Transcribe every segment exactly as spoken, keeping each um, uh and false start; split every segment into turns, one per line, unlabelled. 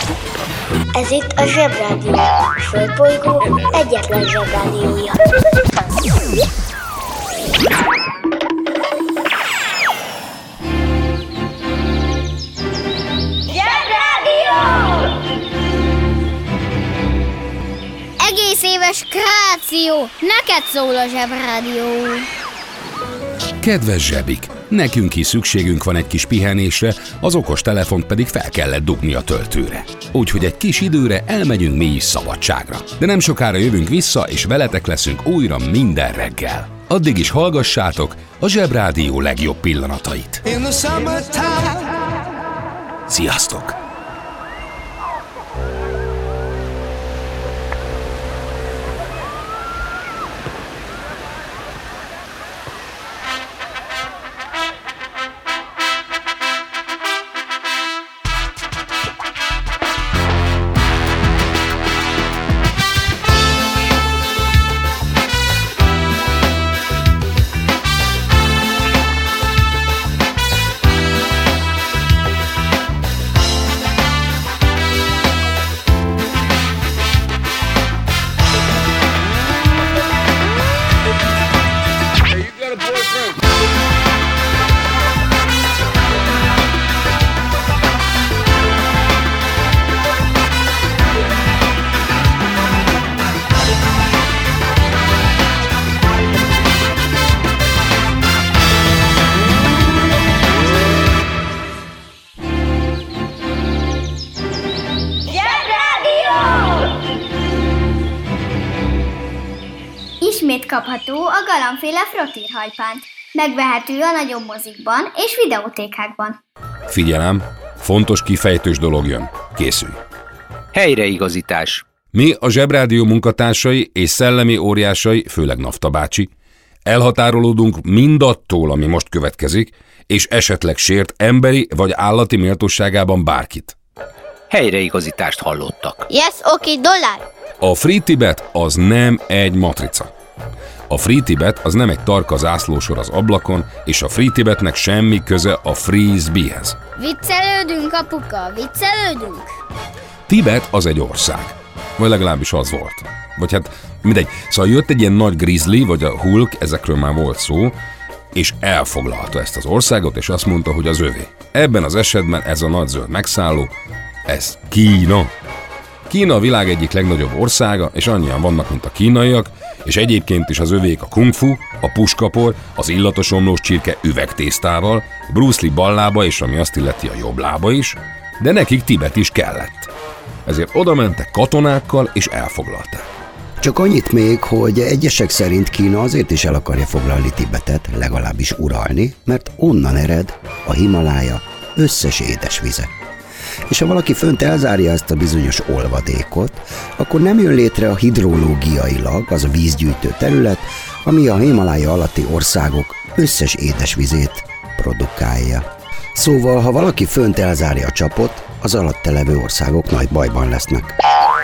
Ez itt a Zsebrádió, a Földbolygó egyetlen Zsebrádiója.
Zsebrádió! Egész éves kreáció, neked szól a Zsebrádió.
Kedves zsebik, nekünk is szükségünk van egy kis pihenésre, az okos telefont pedig fel kellett dugni a töltőre. Úgyhogy egy kis időre elmegyünk mi is szabadságra. De nem sokára jövünk vissza, és veletek leszünk újra minden reggel. Addig is hallgassátok a Zsebrádió legjobb pillanatait. Sziasztok!
Ismét kapható a galambféle frottírhajpánt. Megvehető a nagyobb mozikban és videótékákban.
Figyelem, fontos kifejtős dolog jön. Készülj!
Helyreigazítás.
Mi, a Zsebrádió munkatársai és szellemi óriásai, főleg Nafta bácsi, elhatárolódunk mindattól, ami most következik, és esetleg sért emberi vagy állati méltóságában bárkit.
Helyreigazítást hallottak.
Yes, oké, okay, dollár.
A Free Tibet az nem egy matrica. A Free Tibet az nem egy tarka zászlósor az ablakon, és a Free Tibetnek semmi köze a Frisbeehez.
Viccelődünk, apuka, viccelődünk.
Tibet az egy ország. Vagy legalábbis az volt. Vagy hát mindegy. Szóval jött egy ilyen nagy grizzly, vagy a Hulk, ezekről már volt szó, és elfoglalta ezt az országot, és azt mondta, hogy az övé. Ebben az esetben ez a nagy zöld megszálló, ez Kína. Kína a világ egyik legnagyobb országa, és annyian vannak, mint a kínaiak, és egyébként is az övék a kungfu, a puskapor, az illatos omlós csirke üvegtésztával, Bruce Lee ballába, és ami azt illeti a jobb lába is, de nekik Tibet is kellett. Ezért oda mentek katonákkal, és elfoglalták.
Csak annyit még, hogy egyesek szerint Kína azért is el akarja foglalni Tibetet, legalábbis uralni, mert onnan ered a Himalája összes édesvize. És ha valaki fönt elzárja ezt a bizonyos olvadékot, akkor nem jön létre a hidrológiailag az a vízgyűjtő terület, ami a Himalája alatti országok összes édesvizét produkálja. Szóval, ha valaki fönt elzárja a csapot, az alatte levő országok nagy bajban lesznek.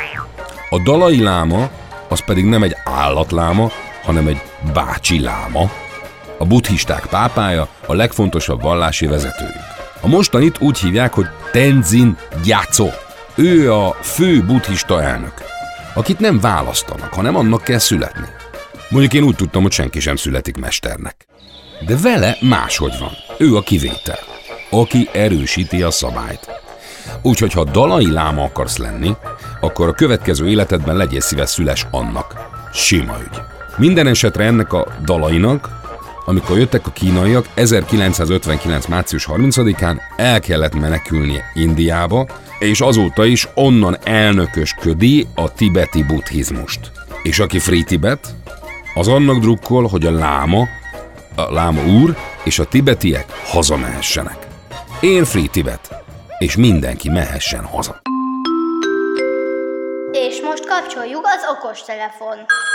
A dalai láma az pedig nem egy állatláma, hanem egy bácsi láma. A buddhisták pápája, a legfontosabb vallási vezetőjük. A mostanit úgy hívják, hogy Tenzin Gyatso. Ő a fő buddhista elnök, akit nem választanak, hanem annak kell születni. Mondjuk én úgy tudtam, hogy senki sem születik mesternek. De vele máshogy van. Ő a kivétel, aki erősíti a szabályt. Úgyhogy ha dalai láma akarsz lenni, akkor a következő életedben legyél szíves szüles annak. Sima ügy. Minden esetre ennek a dalainak, amikor jöttek a kínaiak, ezerkilencszázötvenkilenc március harmincadikán el kellett menekülnie Indiába, és azóta is onnan elnökösködi a tibeti buddhizmust. És aki Free Tibet, az annak drukkol, hogy a láma, a láma úr és a tibetiek hazamehessenek. Én Free Tibet, és mindenki mehessen haza.
És most kapcsoljuk az okostelefon.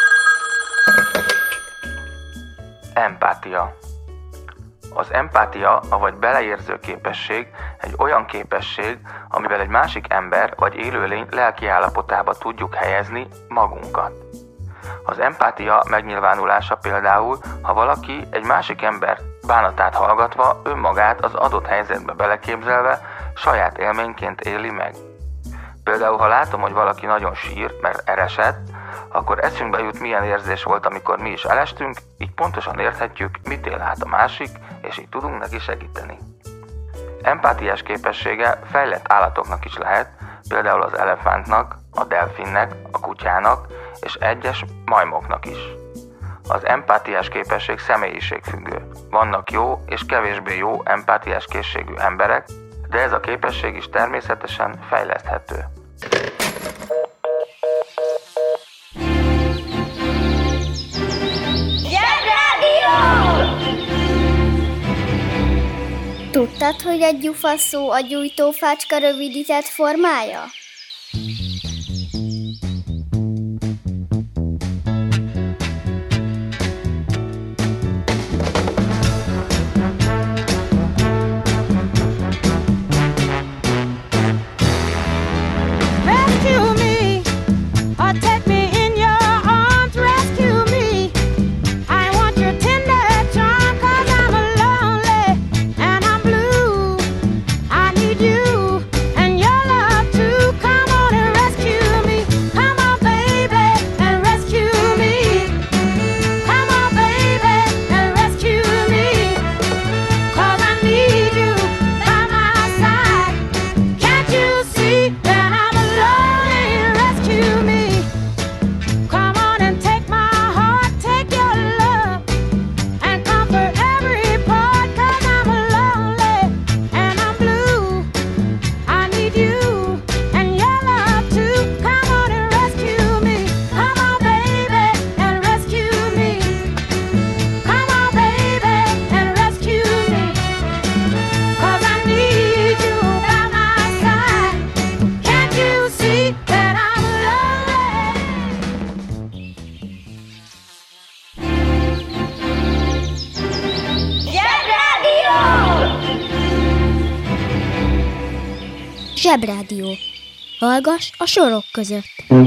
Empátia. Az empátia, avagy beleérző képesség egy olyan képesség, amivel egy másik ember vagy élőlény lelki állapotába tudjuk helyezni magunkat. Az empátia megnyilvánulása például, ha valaki egy másik ember bánatát hallgatva önmagát az adott helyzetbe beleképzelve saját élményként éli meg. Például, ha látom, hogy valaki nagyon sír, mert elesett, akkor eszünkbe jut, milyen érzés volt, amikor mi is elestünk, így pontosan érthetjük, mit él át a másik, és így tudunk neki segíteni. Empátiás képessége fejlett állatoknak is lehet, például az elefántnak, a delfinnek, a kutyának és egyes majmoknak is. Az empátiás képesség személyiségfüggő. Vannak jó és kevésbé jó empátiás készségű emberek, de ez a képesség is természetesen fejleszthető.
Tudtad, hogy a gyufa szó a gyújtófácska rövidített formája?
Zsebrádió. Hallgass a sorok között.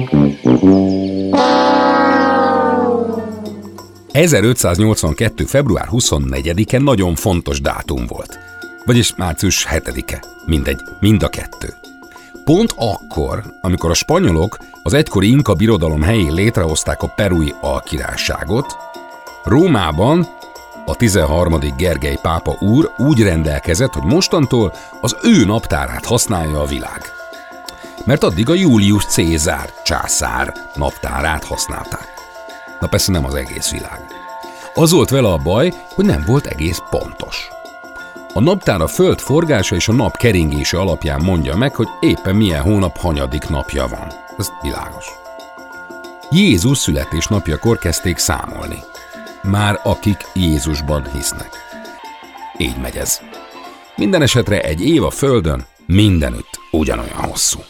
ezerötszáznyolcvankettő. február huszonnegyedike nagyon fontos dátum volt. Vagyis március hetedike. Mindegy, mind a kettő. Pont akkor, amikor a spanyolok az egykori Inka birodalom helyén létrehozták a perui alkirályságot, Rómában a tizenharmadik Gergely pápa úr úgy rendelkezett, hogy mostantól az ő naptárát használja a világ. Mert addig a Julius Cézár császár naptárát használták. Na persze nem az egész világ. Az volt vele a baj, hogy nem volt egész pontos. A naptár a föld forgása és a nap keringése alapján mondja meg, hogy éppen milyen hónap hanyadik napja van. Ez világos. Jézus születésnapjakor kezdték számolni. Már akik Jézusban hisznek. Így megy ez. Minden esetre egy év a földön mindenütt ugyanolyan hosszú.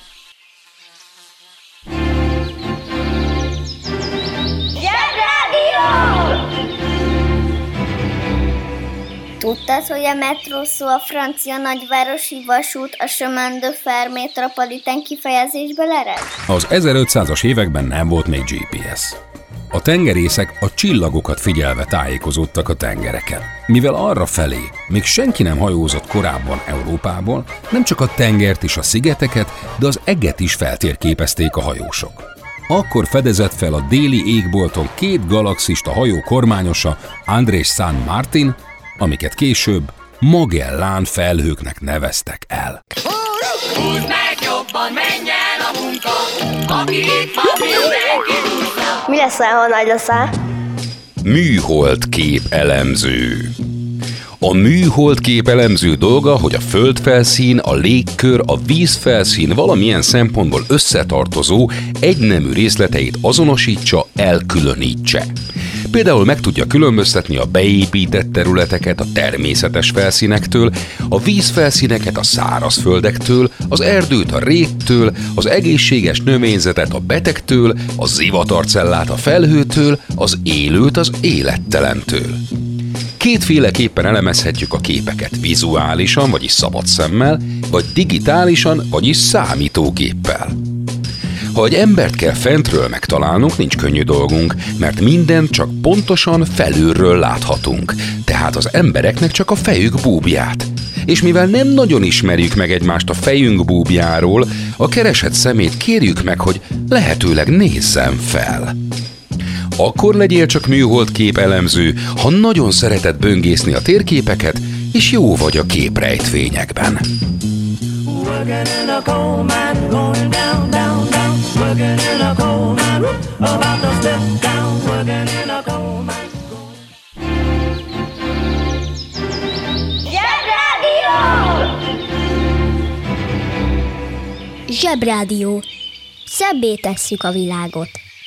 Tudtad, hogy a metró szó a francia nagyvárosi vasút a chemin de fer métropolitain kifejezésből ered?
Az ezerötszázas években nem volt még gé pé es. A tengerészek a csillagokat figyelve tájékozódtak a tengereken. Mivel arra felé még senki nem hajózott korábban Európából, nem csak a tengert és a szigeteket, de az eget is feltérképezték a hajósok. Akkor fedezett fel a déli égbolton két galaxista hajó kormányosa, Andrés San Martin, amiket később Magellán felhőknek neveztek el.
Húzd meg jobban, menj el a munka, aki itt van, mindenki húzza.
Mi leszel, ha nagy leszel?
Műholdkép elemző. A műholdkép elemző dolga, hogy a földfelszín, a légkör, a vízfelszín valamilyen szempontból összetartozó, egynemű részleteit azonosítsa, elkülönítse. Például meg tudja különböztetni a beépített területeket a természetes felszínektől, a vízfelszíneket a szárazföldektől, az erdőt a réttől, az egészséges növényzetet a betegtől, a zivatarcellát a felhőtől, az élőt az élettelentől. Kétféleképpen elemezhetjük a képeket, vizuálisan, vagyis szabad szemmel, vagy digitálisan, vagyis számítógéppel. Ha egy embert kell fentről megtalálnunk, nincs könnyű dolgunk, mert mindent csak pontosan felülről láthatunk, tehát az embereknek csak a fejük búbját. és mivel nem nagyon ismerjük meg egymást a fejünk búbjáról, a keresett szemét kérjük meg, hogy lehetőleg nézzen fel. Akkor legyél csak műhold képelemző, ha nagyon szereted böngészni a térképeket, és jó vagy a képrejtvényekben.
Zsebrádió. Szebbé tesszük a világot.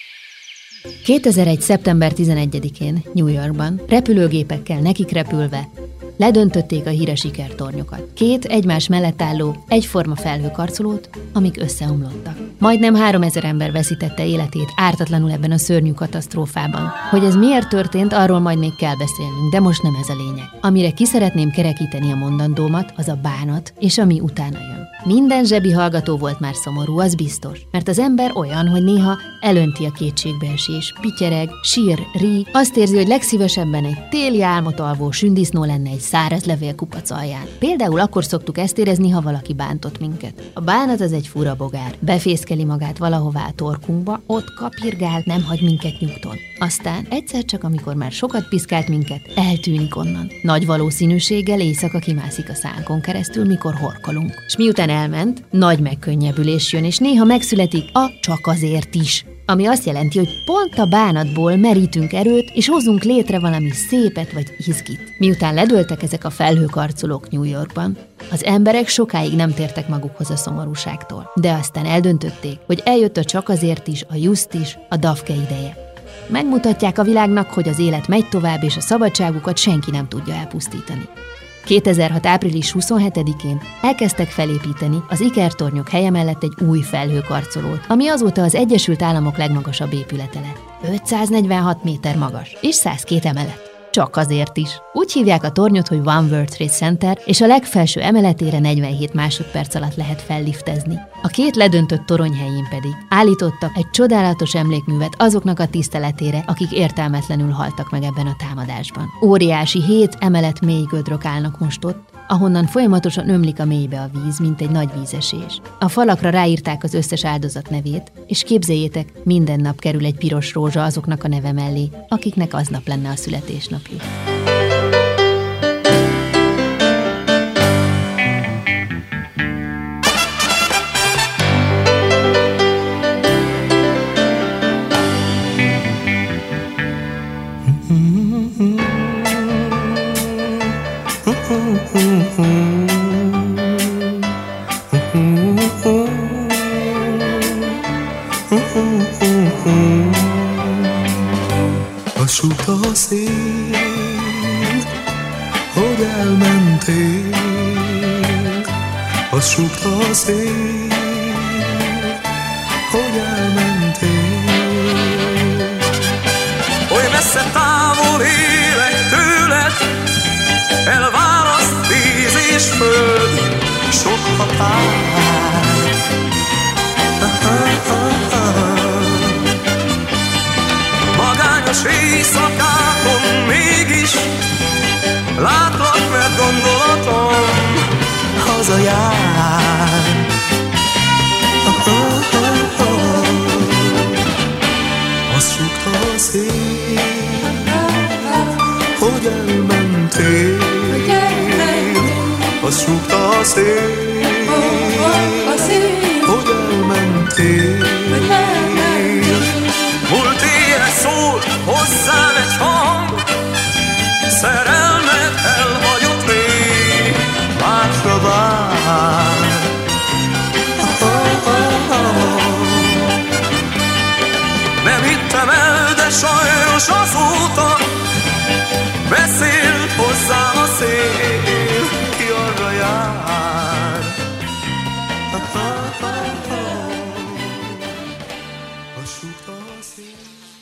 kétezer-egy. szeptember tizenegyedikén New Yorkban repülőgépekkel nekik repülve ledöntötték a híres sikertornyokat. Két egymás mellett álló, egyforma felhőkarcolót, amik összeomlottak. Majdnem háromezer ember veszítette életét ártatlanul ebben a szörnyű katasztrófában. Hogy ez miért történt, arról majd még kell beszélnünk, de most nem ez a lényeg. Amire ki szeretném kerekíteni a mondandómat, az a bánat, és ami utána jön. Minden zsebi hallgató volt már szomorú, az biztos. Mert az ember olyan, hogy néha elönti a kétségbeesés, pityereg, sír, rí, azt érzi, hogy legszívesebben egy téli álmot alvó sündisznó lenne egy száraz levélkupac alján. Például akkor szoktuk ezt érezni, ha valaki bántott minket. A bánat az egy fura bogár. Befészkeli magát valahová a torkunkba, ott kapirgál, nem hagy minket nyugton. Aztán egyszer csak, amikor már sokat piszkált minket, eltűnik onnan. Nagy valószínűséggel éjszaka kimászik a szánkon keresztül, mikor horkolunk. És miután elment, nagy megkönnyebbülés jön, és néha megszületik a csak azért is. Ami azt jelenti, hogy pont a bánatból merítünk erőt, és hozunk létre valami szépet vagy izgit. Miután ledőltek ezek a felhőkarcolók New Yorkban, az emberek sokáig nem tértek magukhoz a szomorúságtól. De aztán eldöntötték, hogy eljött a csak azért is, a just is, a dafke ideje. Megmutatják a világnak, hogy az élet megy tovább, és a szabadságukat senki nem tudja elpusztítani. kétezer-hat. április huszonhetedikén elkezdtek felépíteni az ikertornyok helye mellett egy új felhőkarcolót, ami azóta az Egyesült Államok legmagasabb épülete lett. ötszáznegyvenhat méter magas, és százkettő emelet. Csak azért is. Úgy hívják a tornyot, hogy One World Trade Center, és a legfelső emeletére negyvenhét másodperc alatt lehet felliftezni. A két ledöntött torony helyén pedig állítottak egy csodálatos emlékművet azoknak a tiszteletére, akik értelmetlenül haltak meg ebben a támadásban. Óriási hét emelet mély gödrök állnak most ott, ahonnan folyamatosan ömlik a mélybe a víz, mint egy nagy vízesés. A falakra ráírták az összes áldozat nevét, és képzeljétek, minden nap kerül egy piros rózsa azoknak a neve mellé, akiknek aznap lenne a születésnapjuk.
Azt súgta a szél, hogy elmentél. Azt súgta a szél, hogy elmentél. Oly messze távol élek tőled, elválaszt víz és föld, sok határ. Magányos éjszakákon mégis látlak, mert gondolatom hazajár. Azt súgta a szél, hogy elmentél. Azt súgta a szél, hogy elmentél. Múlt éjjel szólt hozzám egy hang, szerelmet elhagyott rég, másra vár. Nem hittem el, de sajnos azóta beszélt hozzám a szél, ki arra jár. Azt súgta a szél.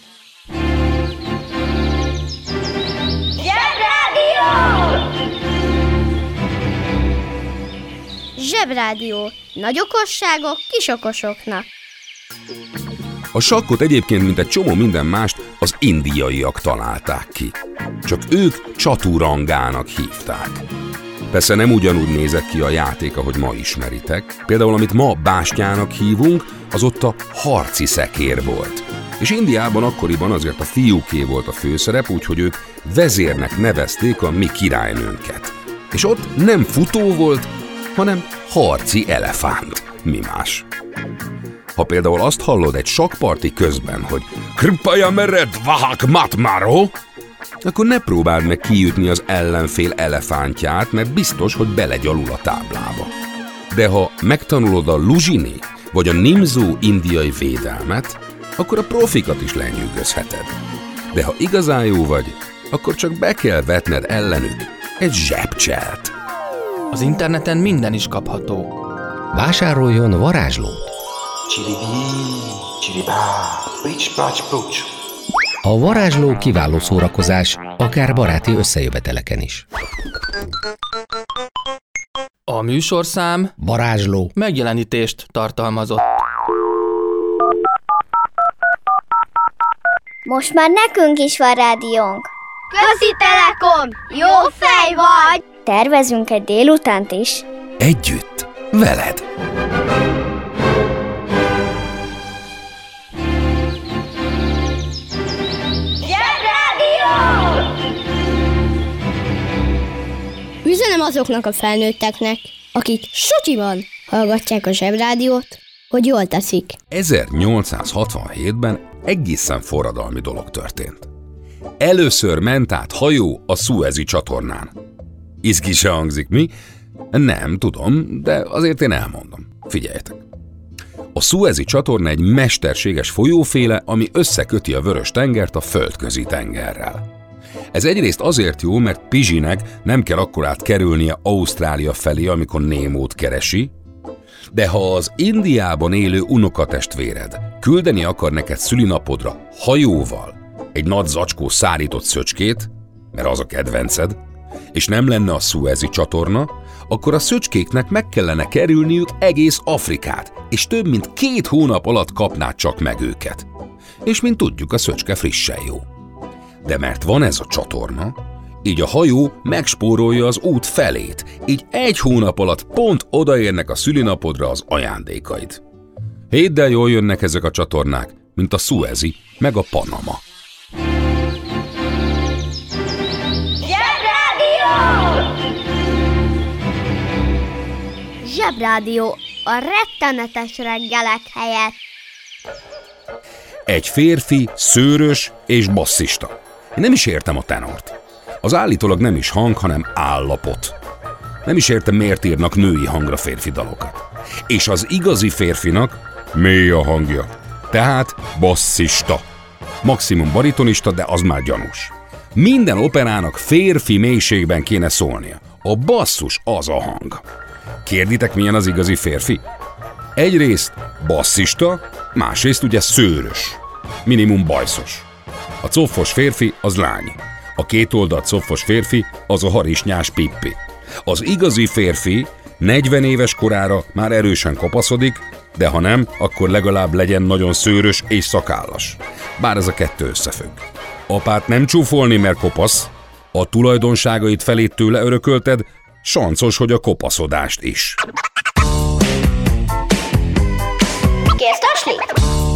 Zsebrádió. Nagy okosságok kis okosoknak.
A sakkot egyébként, mint egy csomó minden mást, az indiaiak találták ki. Csak ők csaturangának hívták. Persze nem ugyanúgy nézett ki a játék, ahogy ma ismeritek. Például, amit ma bástyának hívunk, az ott a harci szekér volt. És Indiában akkoriban azért a fiúké volt a főszerep, úgyhogy ők vezérnek nevezték a mi királynőnket. És ott nem futó volt, hanem harci elefánt. Mi más? Ha például azt hallod egy sakkparti közben, hogy Kripaja mered vahak matmaro, akkor ne próbáld meg kijutni az ellenfél elefántját, mert biztos, hogy belegyalul a táblába. De ha megtanulod a luzsini vagy a nimzó indiai védelmet, akkor a profikat is lenyűgözheted. De ha igazán jó vagy, akkor csak be kell vetned ellenük egy zsebcselt.
Az interneten minden is kapható.
Vásároljon varázslót. A varázsló kiváló szórakozás, akár baráti összejöveteleken is.
A műsorszám
varázsló
megjelenítést tartalmazott.
Most már nekünk is van rádiónk.
Köszi Telekom! Jó fej vagy!
Tervezünk egy délutánt is.
Együtt, veled!
Üzenem azoknak a felnőtteknek, akik sutyiban hallgatják a Zsebrádiót, hogy jól teszik.
ezernyolcszázhatvanhétben egészen forradalmi dolog történt. Először ment át hajó a Szuezi csatornán. Izgi se hangzik, mi? Nem, tudom, de azért én elmondom. Figyeljetek! A Szuezi csatorna egy mesterséges folyóféle, ami összeköti a Vörös-tengert a Földközi tengerrel. Ez egyrészt azért jó, mert Pizsinek nem kell akkorát kerülnie Ausztrália felé, amikor Némót keresi, de ha az Indiában élő unokatestvéred küldeni akar neked szülinapodra hajóval egy nagy zacskó szárított szöcskét, mert az a kedvenced, és nem lenne a Szuezi csatorna, akkor a szöcskéknek meg kellene kerülniük egész Afrikát, és több mint két hónap alatt kapnád csak meg őket. És mint tudjuk, a szöcske frissen jó. De mert van ez a csatorna, így a hajó megspórolja az út felét, így egy hónap alatt pont odaérnek a szülinapodra az ajándékaid. Hétdel jól jönnek ezek a csatornák, mint a Szuezi, meg a Panama.
Zsebrádió! Zsebrádió a rettenetes reggelek helyett.
Egy férfi, szőrös és basszista. Én nem is értem a tenort. Az állítólag nem is hang, hanem állapot. Nem is értem, miért írnak női hangra férfi dalokat. És az igazi férfinak mély a hangja. Tehát basszista. Maximum baritonista, de az már gyanús. Minden operának férfi mélységben kéne szólnia. A basszus az a hang. Kérditek, milyen az igazi férfi? Egyrészt basszista, másrészt ugye szőrös. Minimum bajszos. A coffos férfi az lány. A kétoldalt coffos férfi az a harisnyás Pippi. Az igazi férfi negyven éves korára már erősen kopaszodik, de ha nem, akkor legalább legyen nagyon szőrös és szakállas. Bár ez a kettő összefügg. Apát nem csúfolni, mert kopasz, a tulajdonságait felét tőle örökölted, sancos, hogy a kopaszodást is.
Kérsz taslit?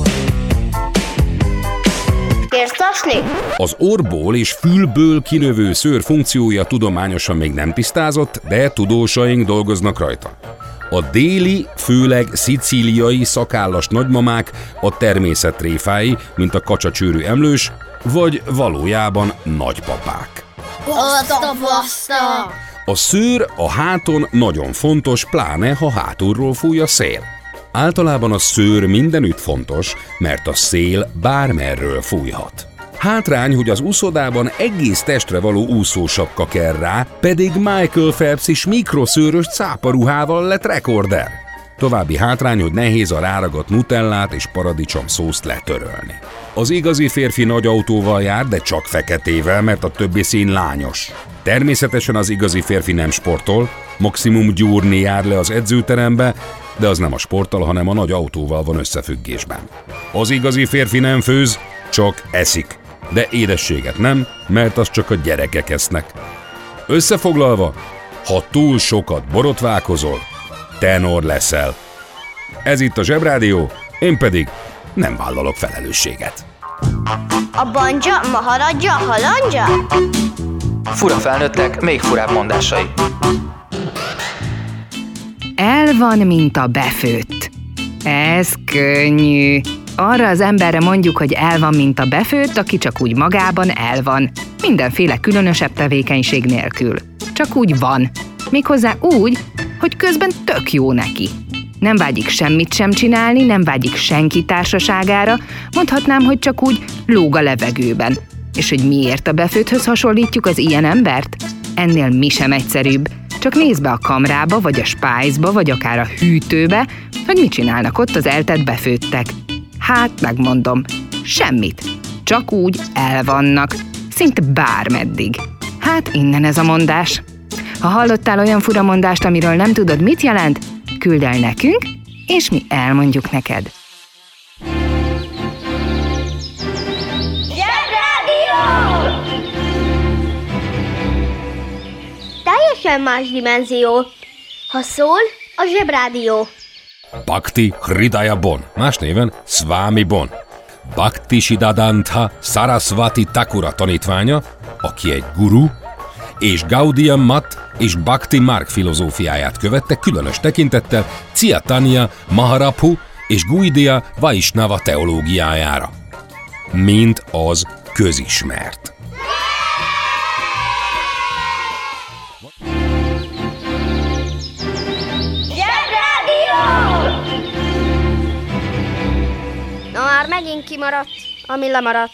Kérsz taslit?
Az orból és fülből kilövő szőr funkciója tudományosan még nem tisztázott, de tudósaink dolgoznak rajta. A déli, főleg szicíliai szakállas nagymamák a természet tréfái, mint a kacsacsőrű emlős, vagy valójában nagypapák.
Baszta, baszta!
A szőr a háton nagyon fontos, pláne ha hátulról fúj a szél. Általában a szőr mindenütt fontos, mert a szél bármerről fújhat. Hátrány, hogy az úszodában egész testre való úszósapka kell rá, pedig Michael Phelps is mikroszőrös cáparuhával lett rekorder. További hátrány, hogy nehéz a ráragadt nutellát és paradicsom szószt letörölni. Az igazi férfi nagy autóval jár, de csak feketével, mert a többi szín lányos. Természetesen az igazi férfi nem sportol, maximum gyúrni jár le az edzőterembe, de az nem a sporttal, hanem a nagy autóval van összefüggésben. Az igazi férfi nem főz, csak eszik. De édességet nem, mert azt csak a gyerekek esznek. Összefoglalva, ha túl sokat borotválkozol, tenor leszel. Ez itt a Zsebrádió, én pedig nem vállalok felelősséget.
A banja, maharadja, halandja?
Fura felnőttek, még furább mondásai.
El van, mint a befőtt. Ez könnyű. Arra az emberre mondjuk, hogy el van, mint a befőtt, aki csak úgy magában el van. Mindenféle különösebb tevékenység nélkül. Csak úgy van. Méghozzá úgy, hogy közben tök jó neki. Nem vágyik semmit sem csinálni, nem vágyik senki társaságára, mondhatnám, hogy csak úgy lóg a levegőben. És hogy miért a befőtthöz hasonlítjuk az ilyen embert? Ennél mi sem egyszerűbb. Csak nézd be a kamrába, vagy a spájzba, vagy akár a hűtőbe, hogy mit csinálnak ott az eltett befőttek. Hát, megmondom, semmit. Csak úgy el vannak. Szinte bármeddig. Hát innen ez a mondás. Ha hallottál olyan fura mondást, amiről nem tudod, mit jelent, küld el nekünk, és mi elmondjuk neked.
Zsebrádió! Teljesen más dimenzió. Ha szól, a Zsebrádió.
Bhakti Hridaya Bon, más néven Swami Bon. Bhakti Siddhanta Sarasvati Thakura tanítványa, aki egy guru, és Gaudiya Mat és Bhakti Marg filozófiáját követte, különös tekintettel Chaitanya Mahaprabhu és Gaudiya Vaishnava teológiájára. Mint az közismert.
Na már megint kimaradt, ami lemaradt.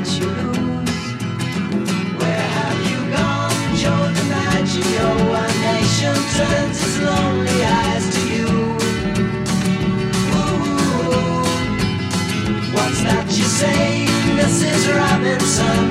Where have you gone, Joe DiMaggio? Robinson.